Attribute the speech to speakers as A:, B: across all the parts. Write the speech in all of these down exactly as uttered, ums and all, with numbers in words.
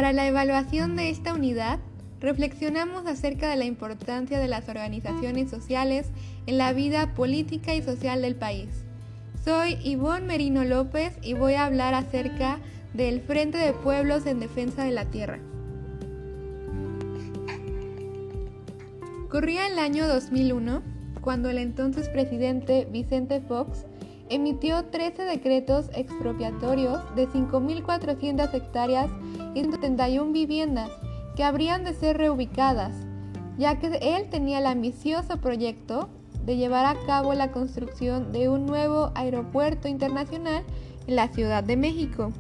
A: Para la evaluación de esta unidad, reflexionamos acerca de la importancia de las organizaciones sociales en la vida política y social del país. Soy Ivonne Merino López y voy a hablar acerca del Frente de Pueblos en Defensa de la Tierra. Corría el año dos mil uno, cuando el entonces presidente Vicente Fox emitió trece decretos expropiatorios de cinco mil cuatrocientas hectáreas y ciento setenta y una viviendas que habrían de ser reubicadas, ya que él tenía el ambicioso proyecto de llevar a cabo la construcción de un nuevo aeropuerto internacional en la Ciudad de México.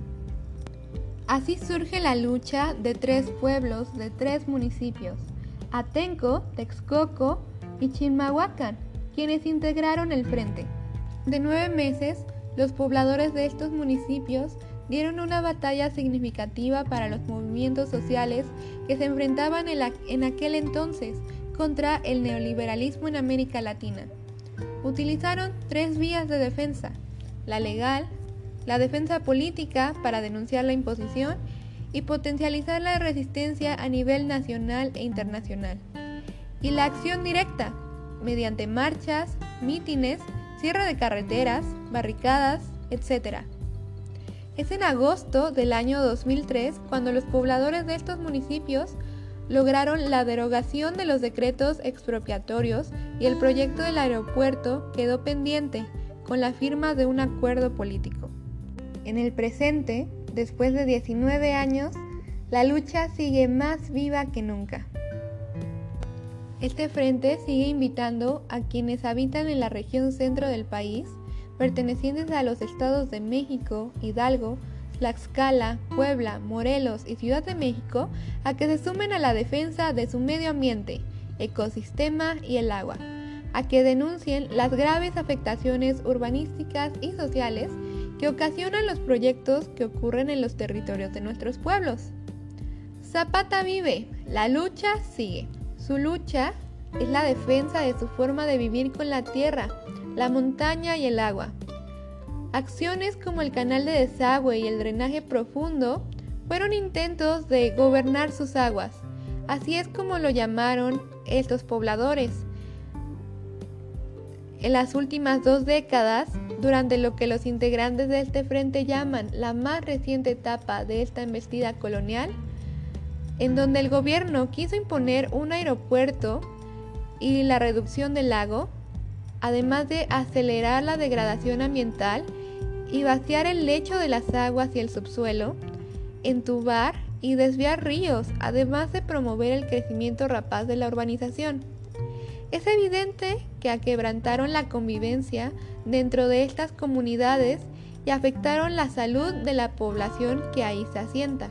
A: Así surge la lucha de tres pueblos de tres municipios, Atenco, Texcoco y Chimalhuacán, quienes integraron el frente. De nueve meses, los pobladores de estos municipios dieron una batalla significativa para los movimientos sociales que se enfrentaban en, la, en aquel entonces contra el neoliberalismo en América Latina. Utilizaron tres vías de defensa: la legal, la defensa política para denunciar la imposición y potencializar la resistencia a nivel nacional e internacional, y la acción directa, mediante marchas, mítines, cierre de carreteras, barricadas, etcétera. Es en agosto del año dos mil tres cuando los pobladores de estos municipios lograron la derogación de los decretos expropiatorios y el proyecto del aeropuerto quedó pendiente con la firma de un acuerdo político. En el presente, después de diecinueve años, la lucha sigue más viva que nunca. Este frente sigue invitando a quienes habitan en la región centro del país, pertenecientes a los estados de México, Hidalgo, Tlaxcala, Puebla, Morelos y Ciudad de México, a que se sumen a la defensa de su medio ambiente, ecosistema y el agua, a que denuncien las graves afectaciones urbanísticas y sociales que ocasionan los proyectos que ocurren en los territorios de nuestros pueblos. Zapata vive, la lucha sigue. Su lucha es la defensa de su forma de vivir con la tierra, la montaña y el agua. Acciones como el canal de desagüe y el drenaje profundo fueron intentos de gobernar sus aguas. Así es como lo llamaron estos pobladores. En las últimas dos décadas, durante lo que los integrantes de este frente llaman la más reciente etapa de esta embestida colonial, en donde el gobierno quiso imponer un aeropuerto y la reducción del lago, además de acelerar la degradación ambiental y vaciar el lecho de las aguas y el subsuelo, entubar y desviar ríos, además de promover el crecimiento rapaz de la urbanización. Es evidente que aquebrantaron la convivencia dentro de estas comunidades y afectaron la salud de la población que ahí se asienta.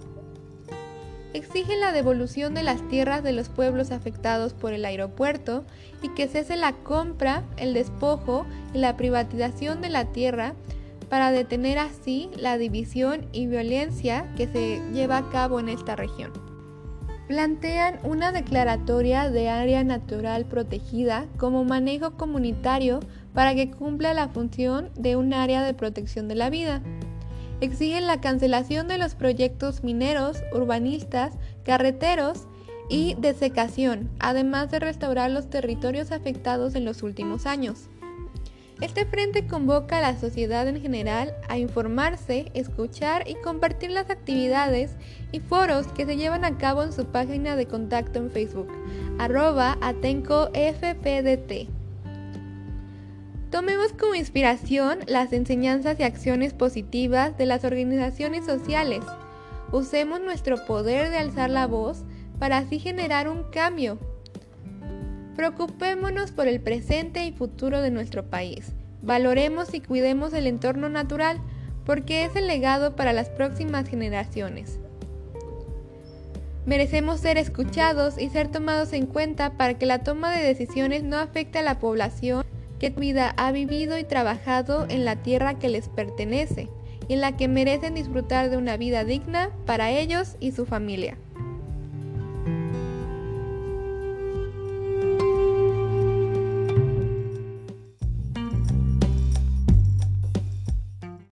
A: Exigen la devolución de las tierras de los pueblos afectados por el aeropuerto y que cese la compra, el despojo y la privatización de la tierra para detener así la división y violencia que se lleva a cabo en esta región. Plantean una declaratoria de área natural protegida como manejo comunitario para que cumpla la función de un área de protección de la vida. Exigen la cancelación de los proyectos mineros, urbanistas, carreteros y desecación, además de restaurar los territorios afectados en los últimos años. Este frente convoca a la sociedad en general a informarse, escuchar y compartir las actividades y foros que se llevan a cabo en su página de contacto en Facebook, arroba atencofpdt. Tomemos como inspiración las enseñanzas y acciones positivas de las organizaciones sociales. Usemos nuestro poder de alzar la voz para así generar un cambio. Preocupémonos por el presente y futuro de nuestro país. Valoremos y cuidemos el entorno natural, porque es el legado para las próximas generaciones. Merecemos ser escuchados y ser tomados en cuenta para que la toma de decisiones no afecte a la población que vida ha vivido y trabajado en la tierra que les pertenece y en la que merecen disfrutar de una vida digna para ellos y su familia.